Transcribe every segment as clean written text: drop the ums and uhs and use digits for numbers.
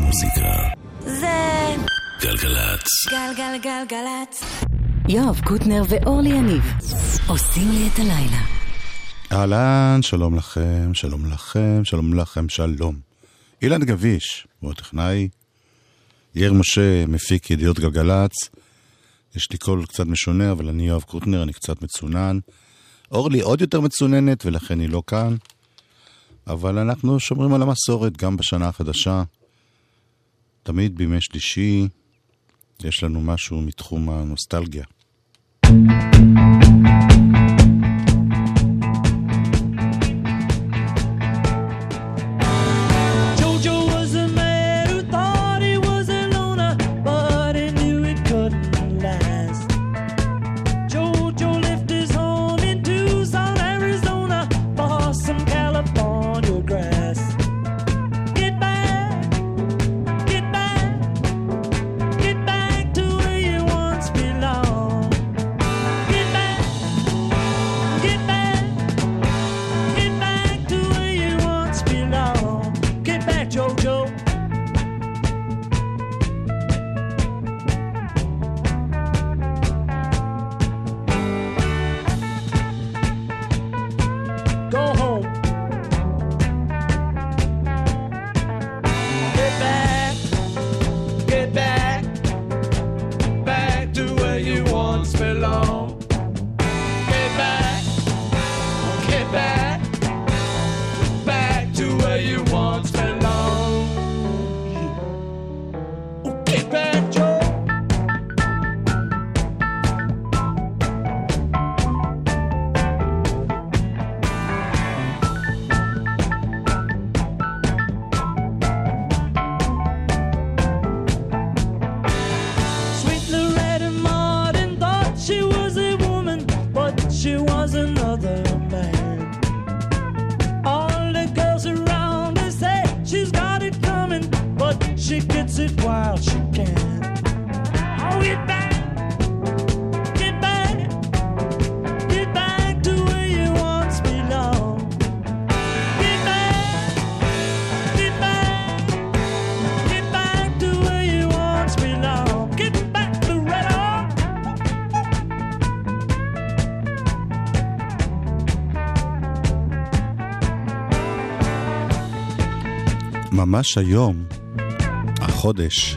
המוזיקה זה גלגלצ. גלגלגלגלצ. יואב קוטנר ואורלי יניב עושים לי את הלילה. אהלן, שלום לכם, שלום לכם, שלום לכם, שלום. אילן גביש, הוא הטכנאי. יאיר משה, מפיק ידיעות גלגלצ. יש לי קול קצת משונה, אבל אני יואב קוטנר, אני קצת מצונן. אורלי עוד יותר מצוננת, ולכן היא לא כאן. אבל אנחנו שומרים על המסורת גם בשנה החדשה. תמיד בימי שלישי יש לנו משהו מתחום הנוסטלגיה. ממש היום, החודש,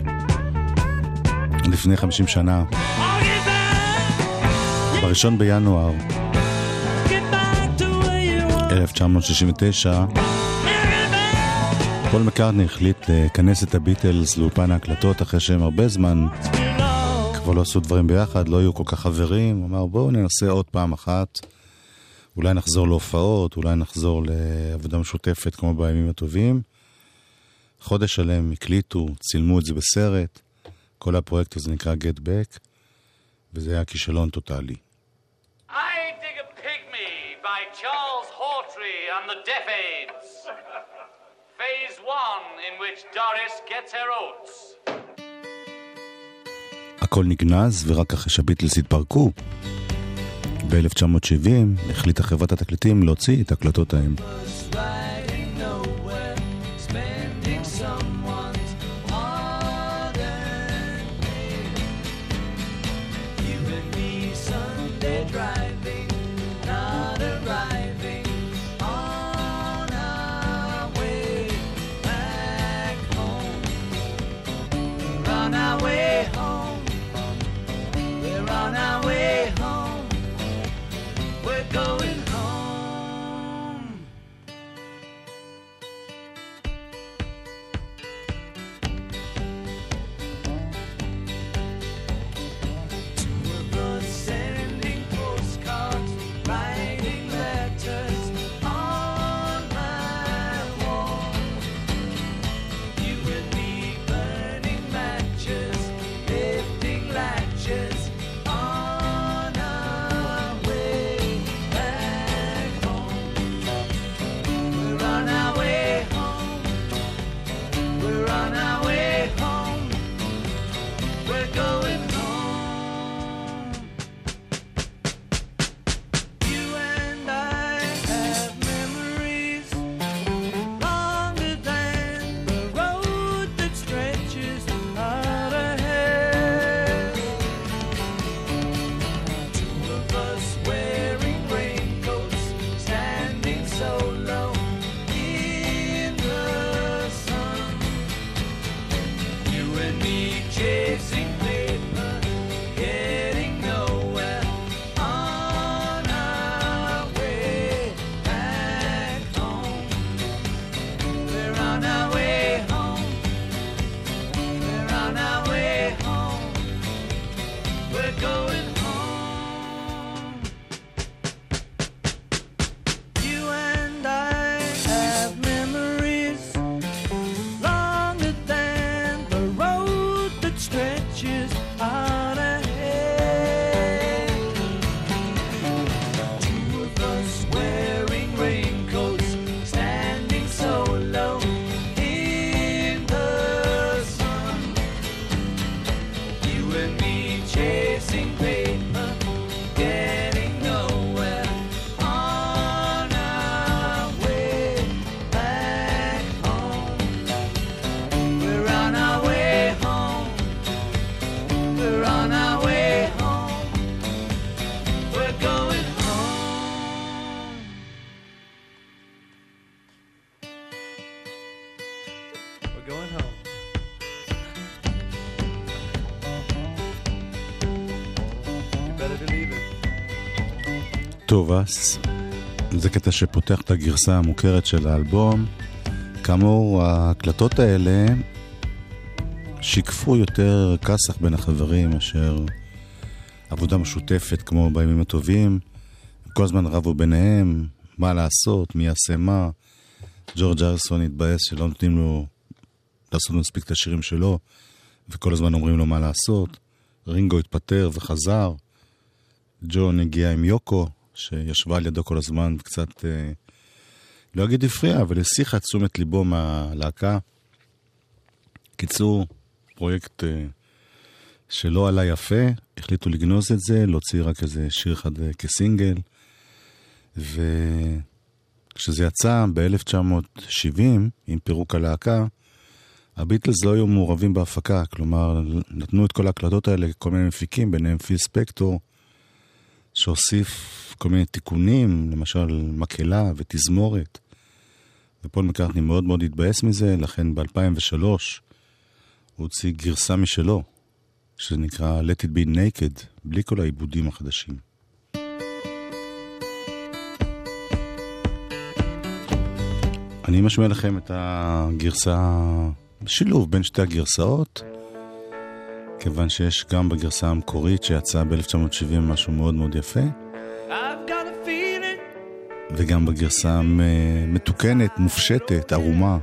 לפני 50 שנה, ב1 בינואר 1969, פול מקרטני החליט לכנס את הביטלס לאולפן ההקלטות אחרי שהם הרבה זמן כבר לא עשו דברים ביחד, לא היו כל כך חברים. הוא אמר, בואו ננסה עוד פעם אחת, אולי נחזור להופעות, אולי נחזור לעבודה משותפת כמו בימים הטובים. חודש שלם הקליטו, צילמו את זה בסרט, כל הפרויקט הזה נקרא Get Back, וזה היה כישלון טוטלי. I Dig a Pygmy by Charles Hawtrey and the Deaf Aids. Phase 1 in which Doris gets her oats. הכל נגנז, ורק אחרי שהביטלס התפרקו, ב-1970 החליטה חברת התקליטים להוציא את הקלטות ההם. We're going home. You better believe it. טוב, אז זה קטע שפותח את הגרסה המוכרת של האלבום. כאמור, ההקלטות האלה שיקפו יותר כסח בין החברים אשר עבודה משותפת כמו בימים הטובים. כל הזמן רבו ביניהם מה לעשות, מי יעשה מה. ג'ורג' הריסון התבאס שלא נותנים לו לעשות מספיק את השירים שלו, וכל הזמן אומרים לו מה לעשות. רינגו התפטר וחזר. ג'ון הגיע עם יוקו, שישבה על ידו כל הזמן וקצת, לא אגיד הפריע, אבל השיחה תשומת ליבו מהלהקה. קיצור, פרויקט שלא עלה יפה, החליטו לגנוז את זה, להוציא רק איזה שיר אחד כסינגל, וכשזה יצא ב-1970, עם פירוק הלהקה, הביטלס לא היו מעורבים בהפקה, כלומר, נתנו את כל ההקלטות האלה, כל מיני מפיקים, ביניהם פיל ספקטור, שהוסיף כל מיני תיקונים, למשל מקהלה ותזמורת, ופול מקרטני מאוד מאוד התבאס מזה, לכן ב-2003 הוא הוציא גרסה משלו, שנקרא Let It Be Naked, בלי כל העיבודים החדשים. אני משמיע לכם את הגרסה, שילוב בין שתי הגרסאות, כיוון שיש גם בגרסה המקורית שיצאה ב-1970 משהו מאוד מאוד יפה, וגם בגרסה מתוקנת, מופשטת, ערומה.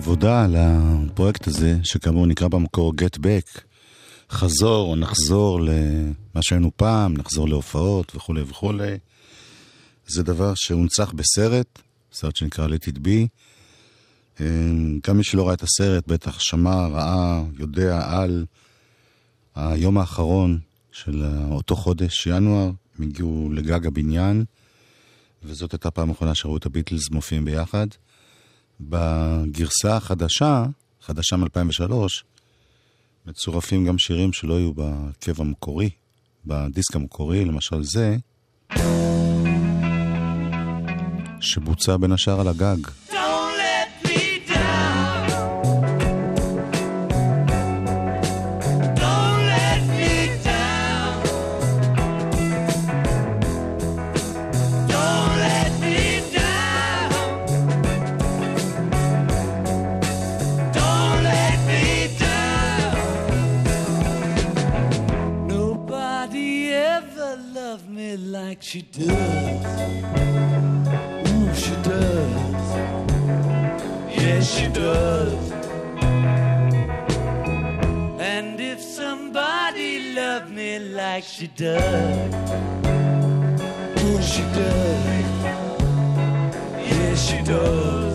עבודה על הפרויקט הזה, שכאמור נקרא במקור Get Back, חזור או נחזור למה שהיינו פעם, נחזור להופעות וכו' וכו'. זה דבר שהונצח בסרט, סרט שנקרא Let It Be. גם מי שלא ראה את הסרט בטח שמע, ראה, יודע על היום האחרון של אותו חודש, ינואר, הם הגיעו לגג הבניין, וזאת הייתה פעם האחרונה שראו את הביטלס מופיעים ביחד. בגרסה החדשה, חדשה מ-2003, מצורפים גם שירים שלא היו בקו המקורי, בדיסק המקורי, למשל זה, שבוצע בין השאר על הגג. Like she does, ooh, she does, yes she does. And if somebody loved me like she does, ooh, she does, yes she does.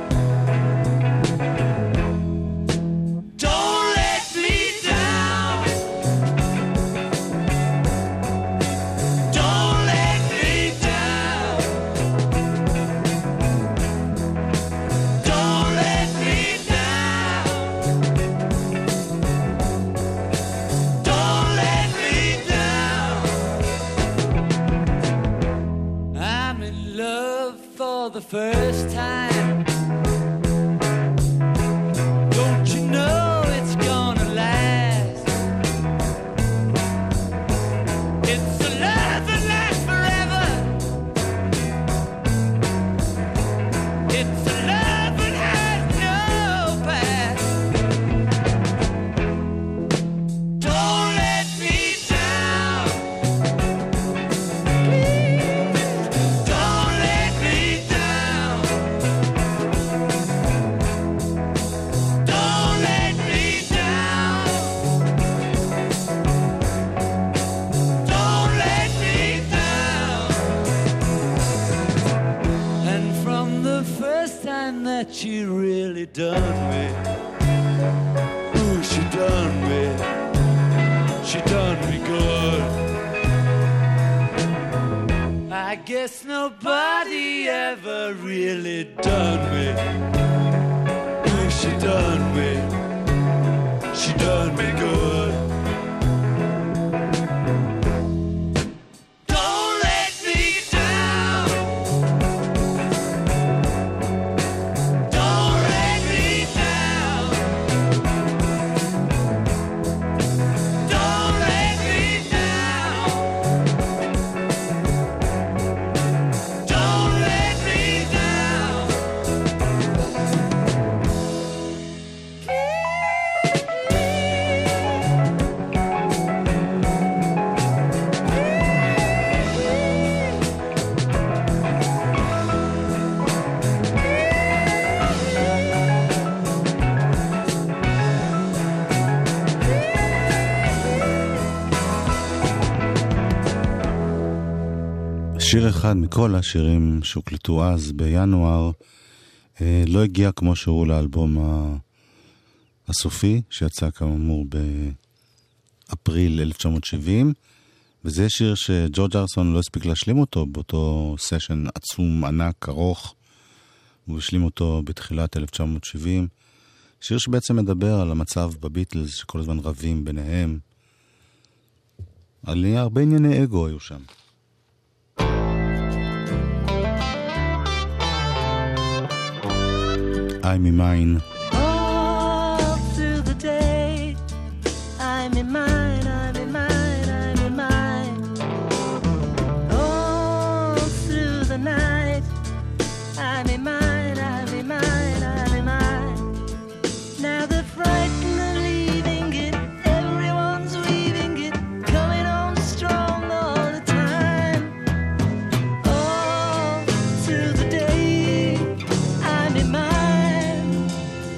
The first time, don't you know it's gonna last? It's a love that lasts forever. It's a love that has no past. Don't let me down, please. Don't let me down. Don't let me down. Don't let me down. And from the first time that she really done me, ooh, she done me. She done me good. I guess nobody ever really done me. Ooh, she done me. She done me good. Don't let me down. Don't let me down. Don't let me down. Don't let me down. שיר אחד מכל השירים שהוקלטו אז בינואר לא הגיע כמו שהוא לאלבום הסופי שיצא כאמור באפריל 1970, וזה שיר שג'ורג' אריסון לא הספיק להשלים אותו באותו סשן עצום ענק ארוך, הוא השלים אותו בתחילת 1970, שיר שבעצם מדבר על המצב בביטלס שכל הזמן רבים ביניהם, על הרבה ענייני אגו היו שם. I'm in mine. All through the day, I'm in mine, I'm in mine, I'm in mine. All through the night, I'm in mine, I'm in mine, I'm in mine. Now the frightened are leaving it, everyone's weaving it, coming on strong all the time. All through the day, I'm in mine.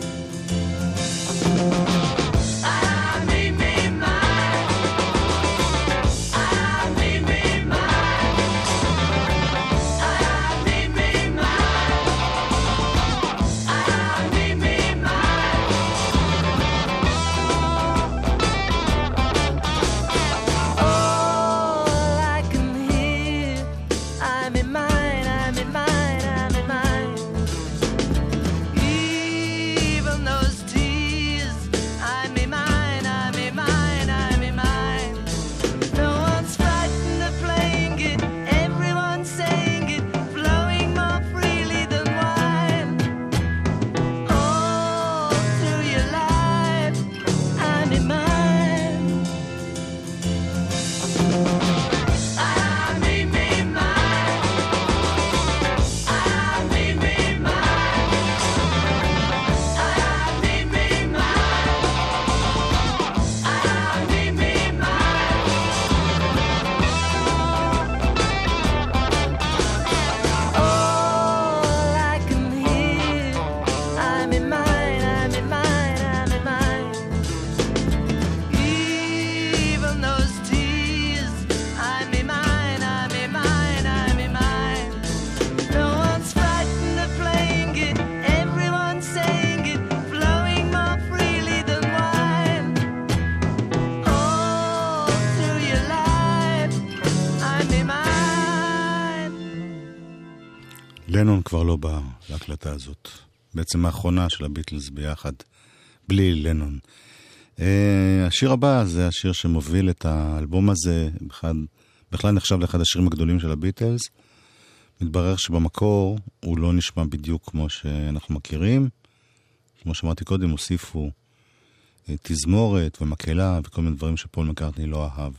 לנון כבר לא בא להקלטה הזאת. בעצם האחרונה של הביטלס ביחד, בלי לנון. השיר הבא זה השיר שמוביל את האלבום הזה, בכלל נחשב לאחד השירים הגדולים של הביטלס. מתברר שבמקור הוא לא נשמע בדיוק כמו שאנחנו מכירים. כמו שאמרתי קודם, הוסיפו תזמורת ומקהלה וכל מיני דברים שפול מקרטני לא אהב.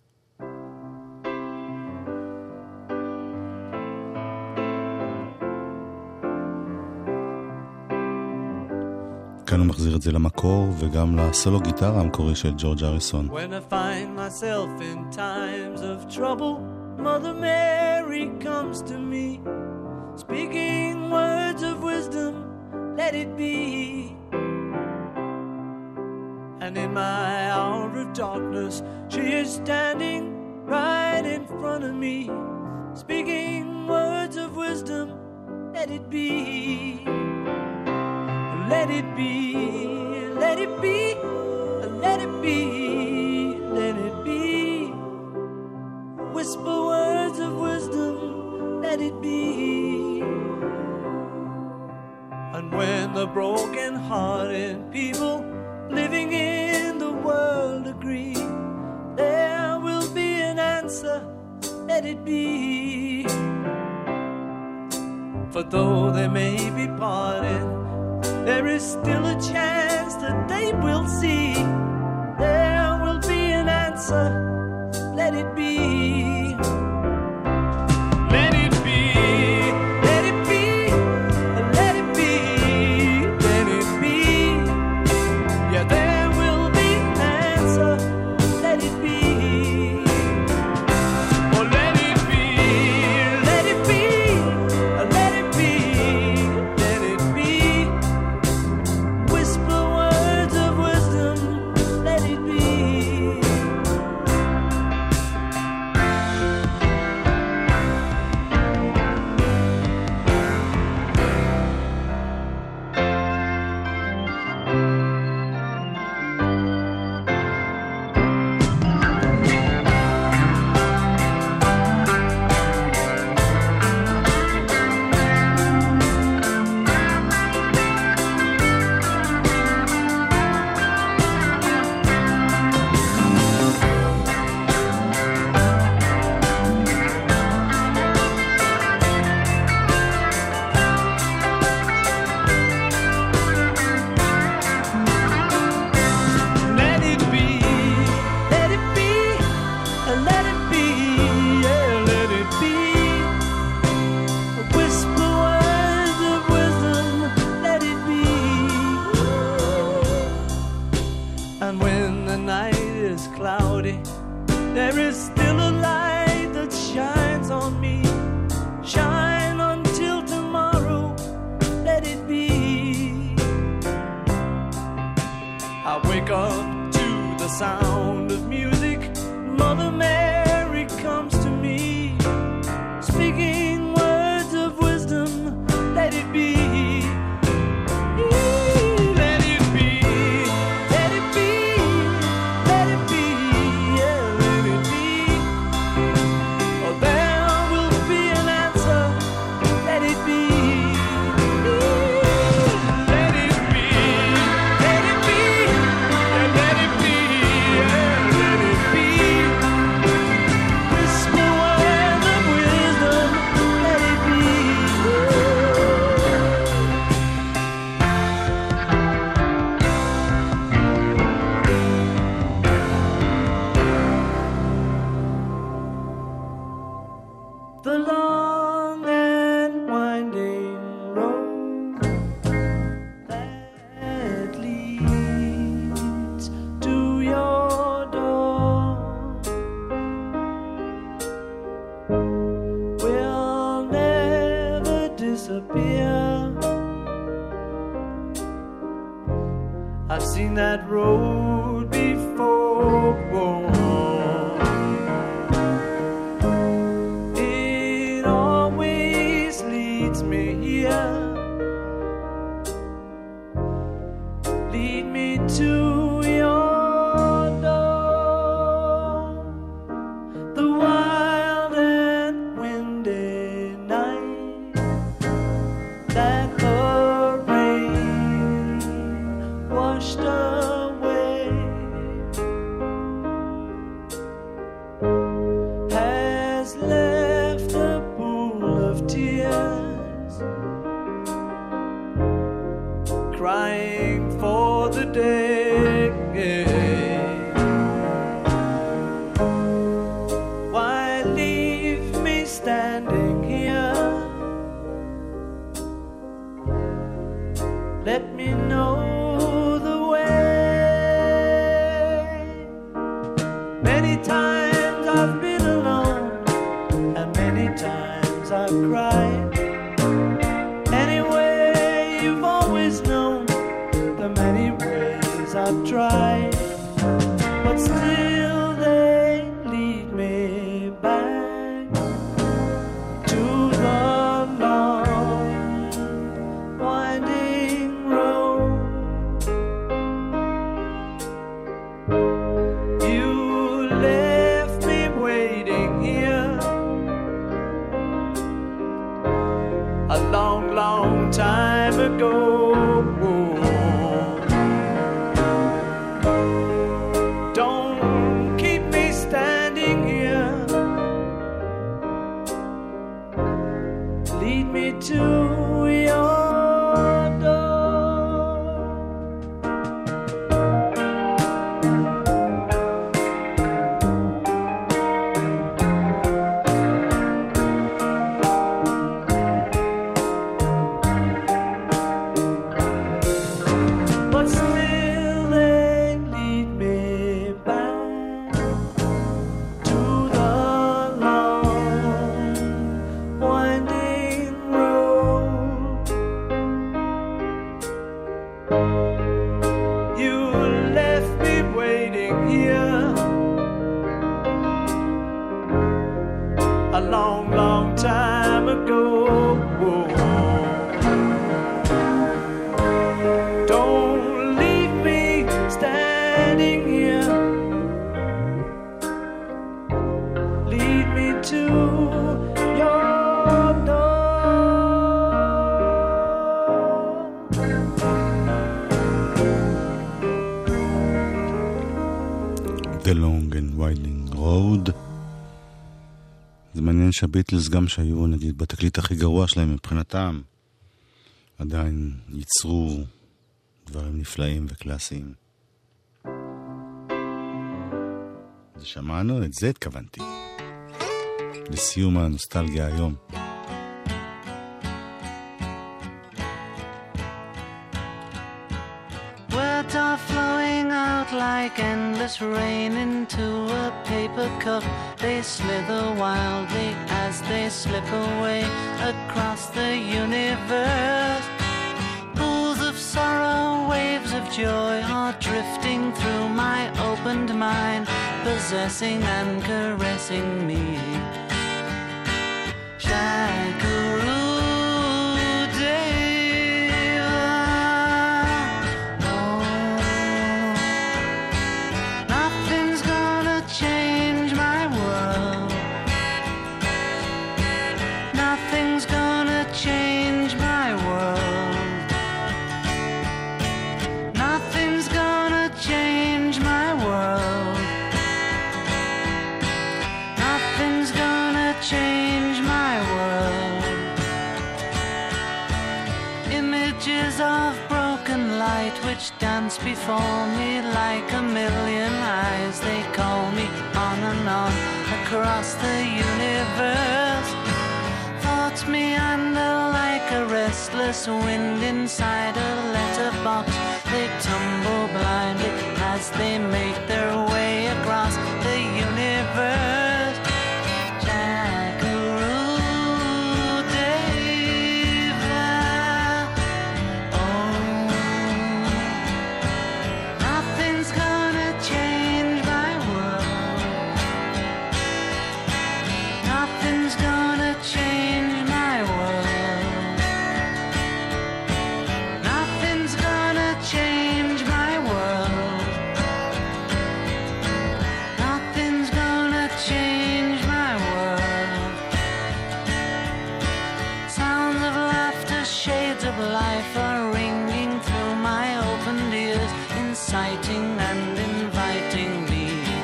כאן הוא מחזיר את זה למקור וגם לסולו גיטרה המקורי של ג'ורג' אריסון. When I find myself in times of trouble, Mother Mary comes to me, speaking words of wisdom, let it be. And in my hour of darkness, she is standing right in front of me, speaking words of wisdom, let it be. Let it be, let it be, let it be, let it be. Whisper words of wisdom, let it be. And when the broken-hearted people living in the world agree, there will be an answer, let it be. For though they may be parted, there is still a chance that they will see. There will be an answer. Let it be. Let it be. Let it be. Let it be. Let it be. Yeah, there will be an answer. Let it be. Oh, let it be. Let it be. Let it be. Let it be. Whisper words of wisdom, let it be. Let it be, let it be, let it be, yeah, let it be. Whisper words of wisdom, let it be. And when the night is cloudy, there is still a light that shines on me. Shine until tomorrow, let it be. I wake up to the sound of music. Mother Mary comes to me, speaking words of wisdom. Let it be. Let it be. Let it be. Let it be. Yeah, let it be. Oh, there will be an answer. Let it be. Let it be. Let it be. Yeah, let it be. Yeah, let it be. Whisper words of wisdom. Let it be. The long and winding road that leads to your door will never disappear. I've seen that road before. It always leads me here. Lead me to your door. The wild and windy night for the day. Why leave me standing here? Let me know the way. Many times I've been alone, and many times I've cried. Anyway, you've always known the many ways I've tried, but still they lead me back to the long winding road. You left me waiting here a long, long time ago. Don't keep me standing here. Lead me to your door. But still they lead me back to the long winding road. You left me waiting here a long, long time ago. Don't leave me standing here. Lead me to your door. The Long and Winding Road. זה מעניין שהביטלס, גם שהיו נגיד בתקליט הכי גרוע שלהם מבחינתם, עדיין ייצרו דברים נפלאים וקלאסיים. זה שמענו, את זה התכוונתי. לסיום הנוסטלגיה היום. Words are flowing out like endless rain into a paper cup. They slither wildly as they slip away across the universe. Pools of sorrow, waves of joy are drifting through my opened mind, possessing and caressing me. Shakuru Deva. Oh, nothing's gonna change my world. Nothing's gonna change my world. Nothing's gonna change my world. Nothing's gonna change my world. Images of broken light which dance before me like a million eyes. They call me on and on across the universe. Thoughts meander like a restless wind inside a letterbox. They tumble blindly as they make their way across the universe. Shakuru Deva. Oh, nothing's gonna change my world. Nothing's gonna change my world. Nothing's gonna change my world. Nothing's gonna change my world. Sounds of laughter, shades of life are ringing through my opened ears, inciting and inviting me.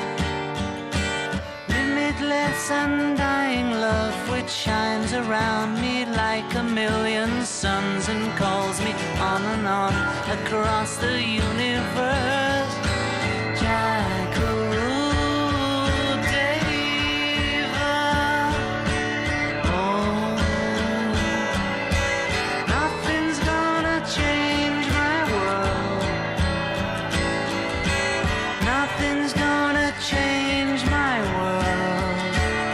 Limitless undying love which shines around me like a million suns and calls me on and on across the universe. Jackaroo Deva. Oh, nothing's gonna change my world. Nothing's gonna change my world.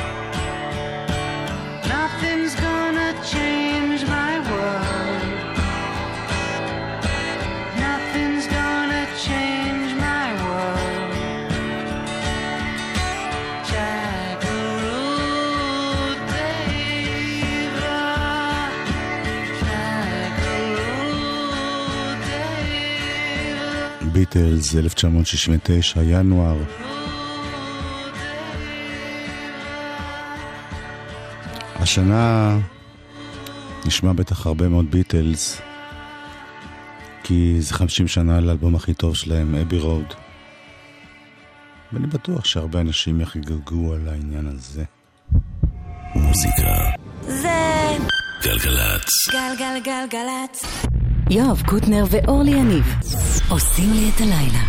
Nothing's gonna change my world. Nothing's gonna change my world. Jackaroo Deva. Jackaroo Deva. ביטלס, 1969, ינואר. השנה נשמע בטח הרבה מאוד ביטלס, כי זה 50 שנה לאלבום הכי טוב שלהם, אבי רוד. ואני בטוח שהרבה אנשים יחגגו על העניין הזה. מוזיקה זה גלגלצ. גלגלגלגלצ. יואב קוטנר ואורלי יניב עושים לי את הלילה.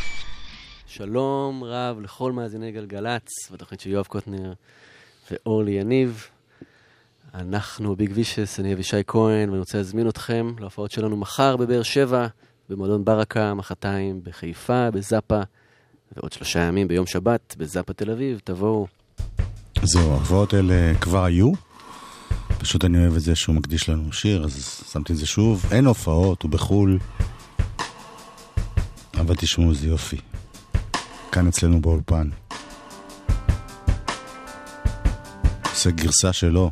שלום רב לכל מאזיני גלגלצ, בתוכנית של יואב קוטנר ואורלי יניב. אנחנו ביג וישס, אני אבישי כהן, ואני רוצה להזמין אתכם להופעות שלנו מחר בבאר שבע, במועדון ברקה, מחרתיים בחיפה, בזאפה, ועוד 3 ימים ביום שבת בזאפה תל אביב. תבואו. זהו, ההופעות האלה כבר היו. פשוט אני אוהב את זה שהוא מקדיש לנו שיר, אז שמתי את זה שוב. אין הופעות, הוא בחול. אבל תשמעו, זה יופי. כאן אצלנו באולפן. עושה גרסה שלו.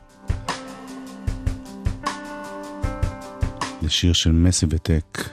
לשיר של מסי וטק.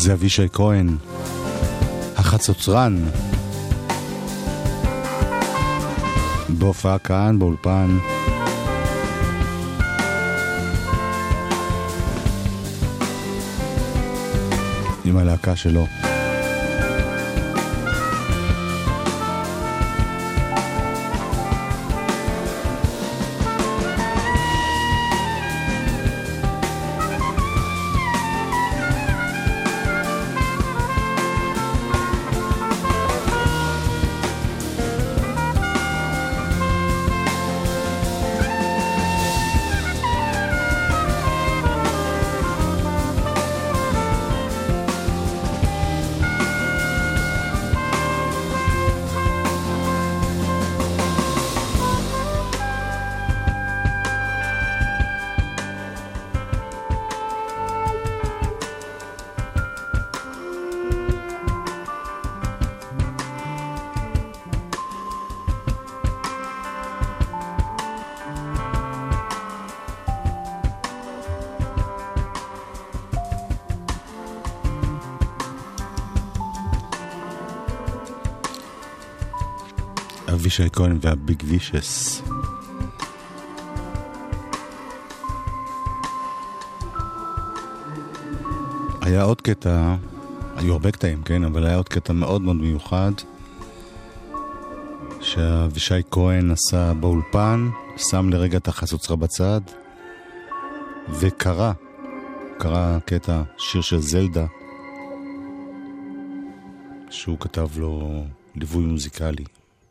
זה אבישי כהן, החצוצרן, בהופעה כאן באולפן. עם הלהקה שלו. אבישי כהן והביג וישס. היה עוד קטע, היו הרבה קטעים, כן? אבל היה עוד קטע מאוד מאוד מיוחד שאבישי כהן עשה באולפן, שם לרגע את החצוצרה בצד וקרא קטע, שיר של זלדה שהוא כתב לו ליווי מוזיקלי.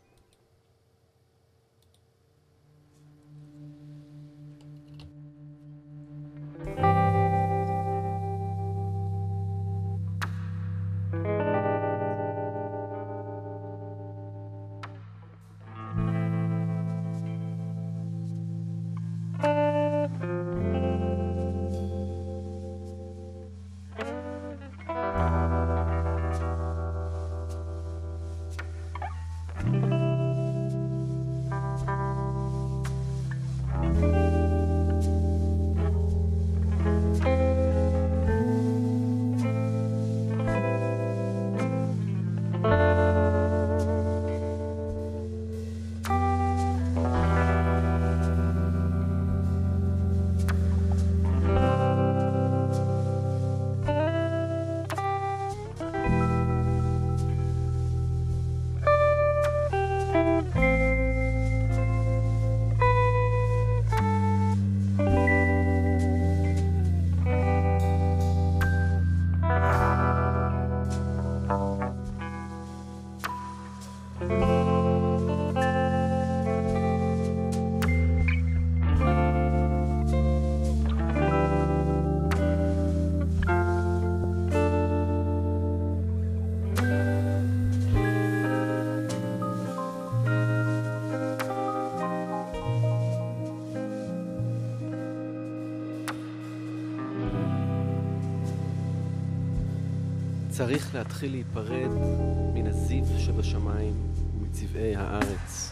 צריך להתחיל להיפרד מן הזיו שבשמיים ומצבעי הארץ.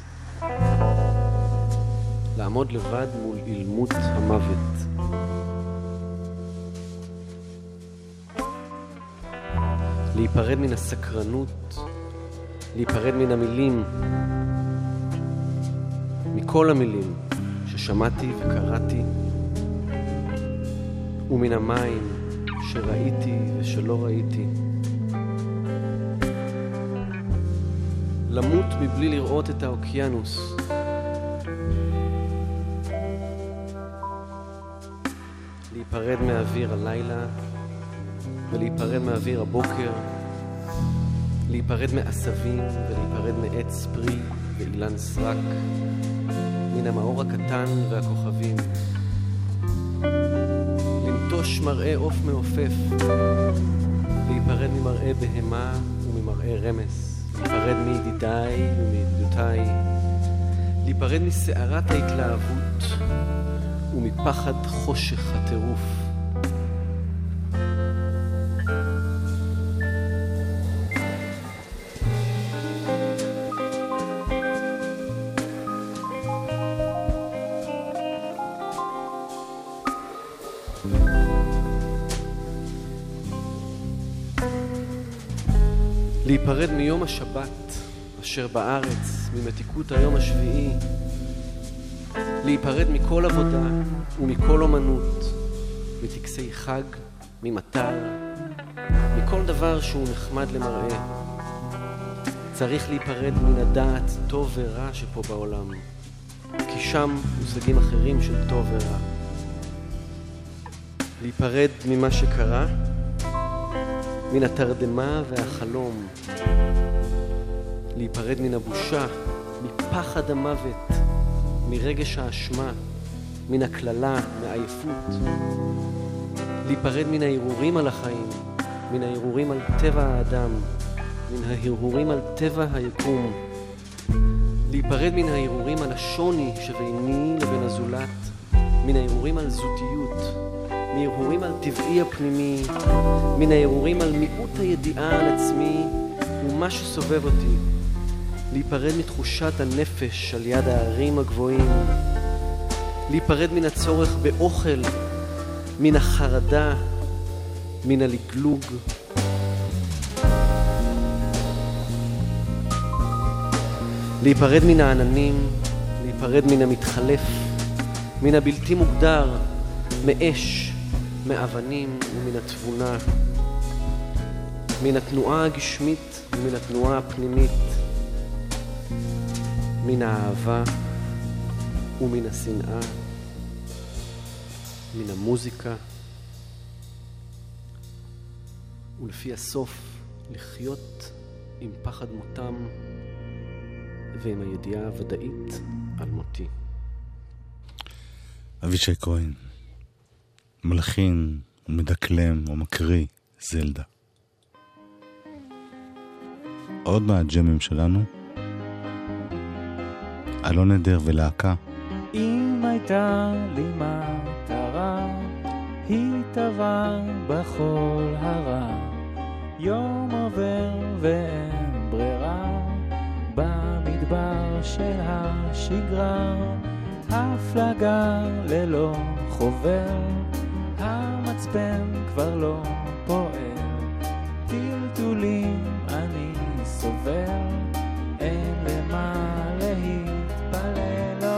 לעמוד לבד מול אילמות המוות. להיפרד מן הסקרנות, להיפרד מן המילים, מכל המילים ששמעתי וקראתי, ומן המים שראיתי ושלא ראיתי. למות מבלי לראות את האוקיינוס. להיפרד מאוויר הלילה ולהיפרד מאוויר הבוקר. להיפרד מעשבים ולהיפרד מעץ פרי ואילן סרק. מן המאור הקטן והכוכבים. לנטוש מראה עוף מעופף. להיפרד ממראה בהמה וממראה רמס. להיפרד מידידיי ומידידותיי, להיפרד מסערת ההתלהבות ומפחד חושך הטירוף. להיפרד מיום השבת אשר בארץ, ממתיקות היום השביעי, להיפרד מכל עבודה ומכל אומנות, מטקסי חג, ממטר, מכל דבר שהוא נחמד למראה. צריך להיפרד מן הדעת טוב ורע שפה בעולם, כי שם מושגים אחרים של טוב ורע. להיפרד ממה שקרה, מן התרדמה והחלום, להיפרד מן הבושה, מפחד המוות, מרגש האשמה, מן הכללה, מעייפות, להיפרד מן ההרהורים על החיים, מן ההרהורים על טבע האדם, מן ההרהורים על טבע היקום, להיפרד מן ההרהורים על השוני שביני לבין הזולת, מן ההרהורים על זותיות, מהרהורים על טבעי הפנימי, מן ההרהורים על מיעוט הידיעה על עצמי ומה שסובב אותי, להיפרד מתחושת הנפש על יד הערים הגבוהים, להיפרד מן הצורך באוכל, מן החרדה, מן הלגלוג. להיפרד מן העננים, להיפרד מן המתחלף, מן הבלתי מוגדר, מאש, מאבנים ומן התבונה, מן התנועה הגשמית ומן התנועה הפנימית, מן האהבה ומן השנאה, מן המוזיקה, ולפי הסוף לחיות עם פחד מותם ועם הידיעה הוודאית על מותי. אבישי כהן, מלחין ומדקלם ומקריא זלדה. עוד מהג'מים שלנו, אלון עדר ולהקה. אם הייתה לי מטרה, היא טבעה בכל הרע, יום עובר ואין ברירה, במדבר של השגרה, הפלגה ללא חובר, המצפן כבר לא פועל, טלטולים אני סובר, אין למה להתפלל.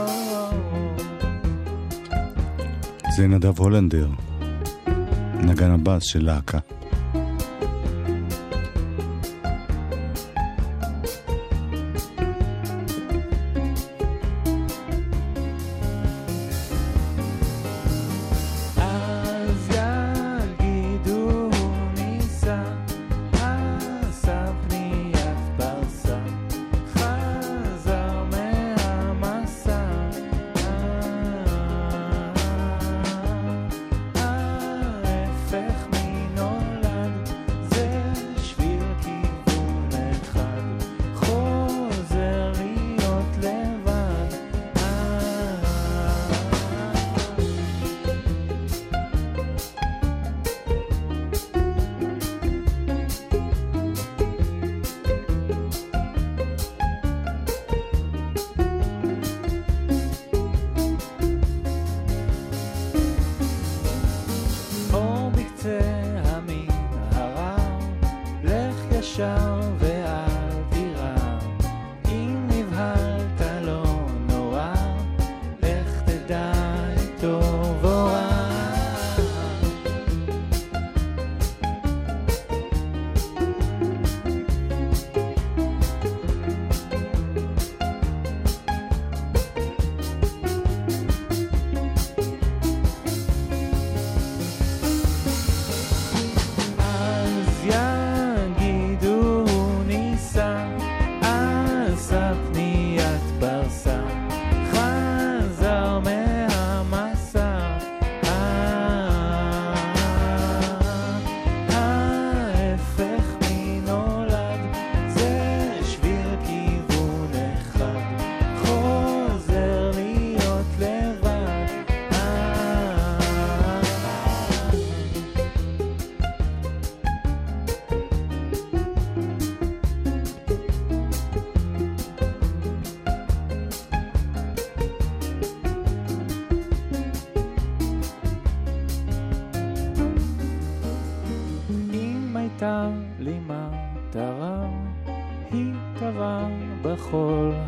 זה נדב הולנדר, נגן הבאס של להקה. ההפך מנולד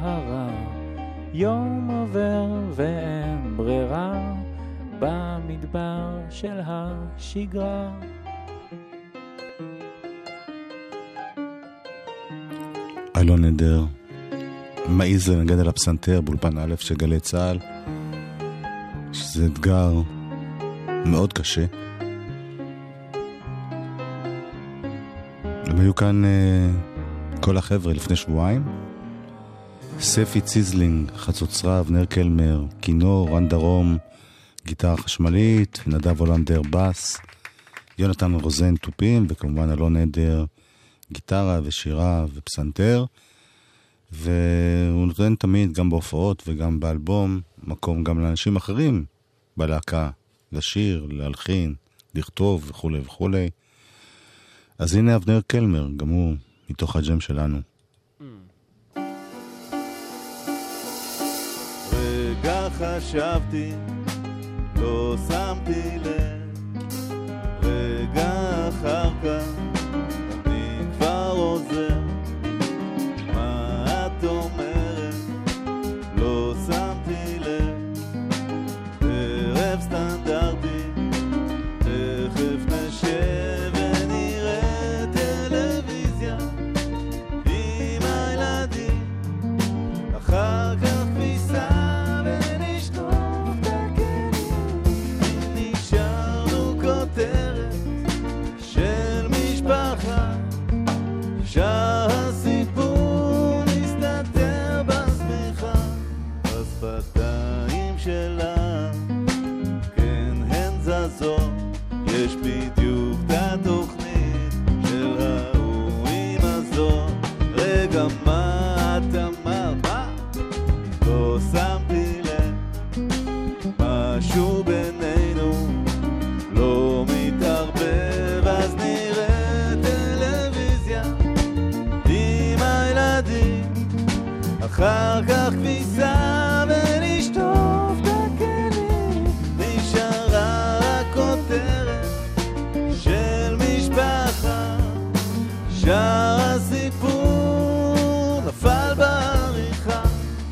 הרע. יום עובר ואין ברירה במדבר של השגרה. אלון נדר מעיז לנגד על הפסנתר באולפן א' של גלי צהל, שזה אתגר מאוד קשה. הם היו כאן כל החבר'ה לפני שבועיים. ספי ציזלינג, חצוצרה, אבנר קלמר, כינור, רן דרום, גיטרה חשמלית, נדב הולנדר בס, יונתן רוזן טופים, וכמובן אלון נדר גיטרה ושירה ופסנתר. והוא נותן תמיד, גם בהופעות וגם באלבום, מקום גם לאנשים אחרים בלהקה, לשיר, להלחין, לכתוב וכו' וכו'. אז הנה אבנר קלמר, גם הוא מתוך הג'ם שלנו. רגע חשבתי, לא שמתי לב, רגע אחר כך אני כבר עוזר. מה את אומרת? לא שמתי לב, ערב סטנדרטי, תכף נשב ונראה טלוויזיה עם הילדים, אחר כך כביסה ונשטוף את הכלים. נשארנו כותרת של משפחה, שר הסיפור מסתתר בשמיכה, בשפתיים שלה כן הן זזות, יש בדיוק את התוכנית של ההוא עם הזאת. רגע, מה את אמרת? מה? לא שמתי לב, משהו בינינו לא מתערבב, אז נראה טלוויזיה עם הילדים, אחר כך כביסה ונשטוף את הכלים. נשארה רק כותרת של משפחה, שר הסיפור נפל בעריכה.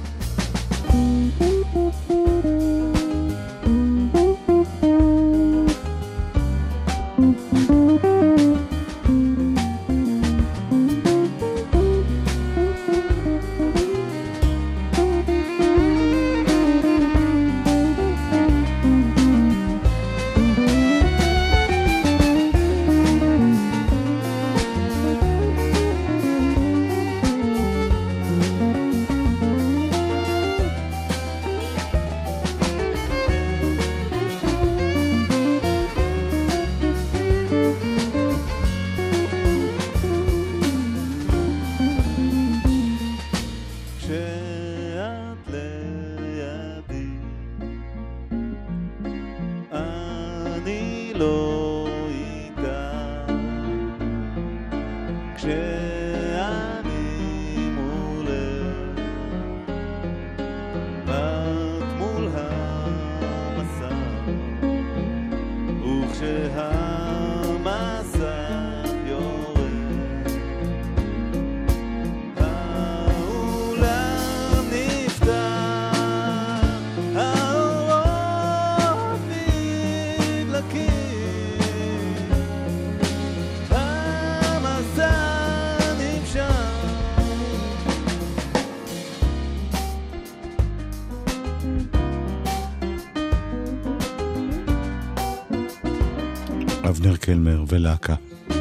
אבנר קלמר ולהקה.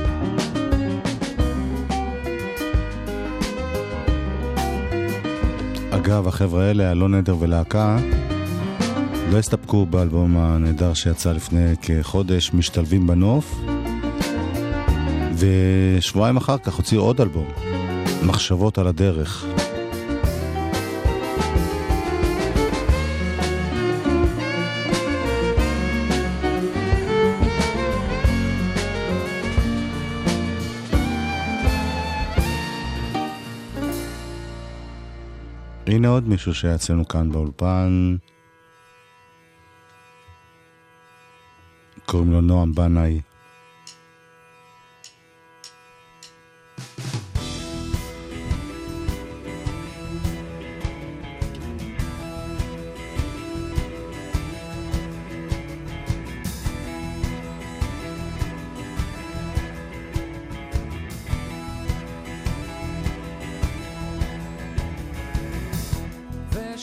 אגב, החבר'ה האלה, אלון נדר ולהקה, לא הסתפקו באלבום הנהדר שיצא לפני כחודש, משתלבים בנוף, ושבועיים אחר כך הוציאו עוד אלבום, מחשבות על הדרך. הנה עוד מישהו שיצאנו כאן באולפן, קוראים לו נועם בנאי.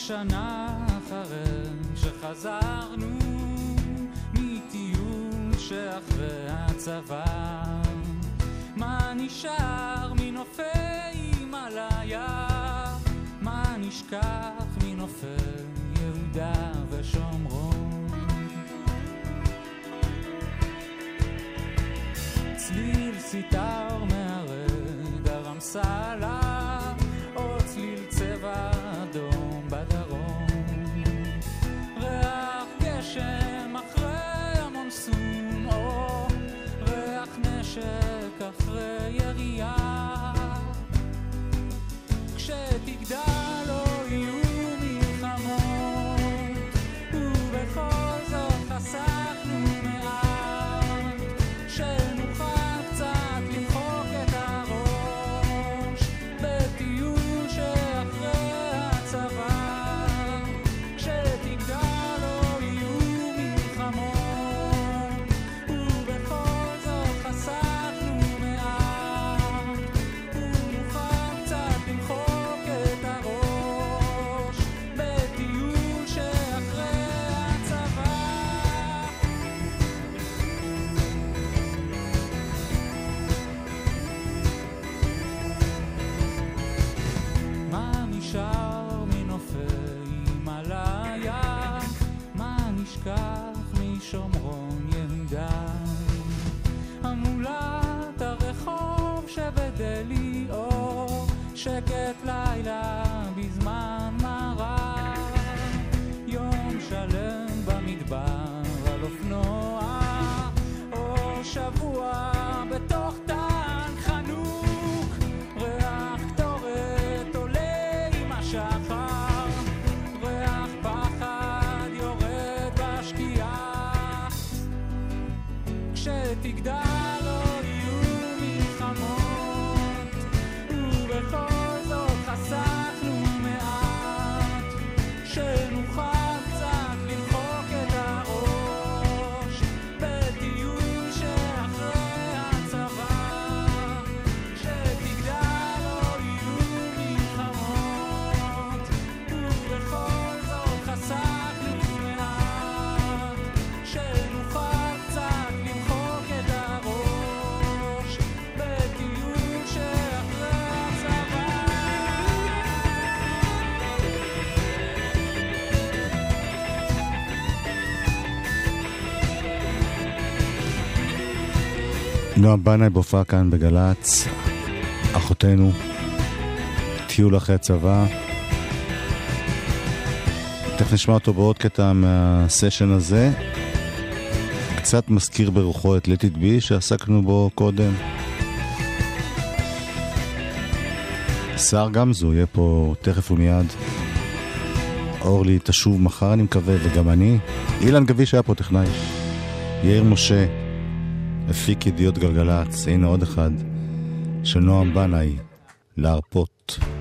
שנה אחרי שחזרנו מטיול שאחרי הצבא, מה נשאר מנופי הימלאיה, מה נשכח מנופי יהודה ושומרון. צליל סיטר מהרד הרמסלה, או צליל צבע אדום בדרום, ריח גשם אחרי המונסון, או ריח נשק אחרי ירייה. כשתגדל לא יהיו מלחמות, ובכל זאת חסכנו מעט, שנוכל קצת למחוק את הראש בטיול שאחרי הצבא. כשתגדל לא יהיו מלחמות, ובכל זאת חסכנו מעט, ונוכל קצת למחוק את הראש בטיול שאחרי הצבא. מה נשאר מנופי הימלאיה, מה נשכח משומרון יהודה, המולת הרחוב שבדלי, או שקט לילה בזמן מראה, יום שלם במדבר על אופנוע, או שבוע בתוך טנק חנוק, ריח קטורת עולה עם השחר, ריח פחד יורד בשקיעה. כשתגדל לא יהיו מלחמות, ובכל זאת חסכנו מעט, שנוכל קצת למחוק את הראש בטיול שאחרי הצבא. כשתגדל לא יהיו מלחמות, ובכל זאת חסכנו מעט, שנוכל קצת למחוק את הראש בטיול שאחרי הצבא. נועם בנאי בהופעה כאן בגלץ, אחותנו, טיול אחרי הצבא. תכף נשמע אותו בעוד קטע מהסשן הזה, קצת מזכיר ברוחו את Let It Be שעסקנו בו קודם. שר גמזו יהיה פה תכף ומיד. אורלי תשוב מחר אני מקווה, וגם אני. אילן גביש היה פה טכנאי. יאיר משה הפיק ידיעות גלגלץ. הנה עוד אחד של נועם בנאי, להרפות.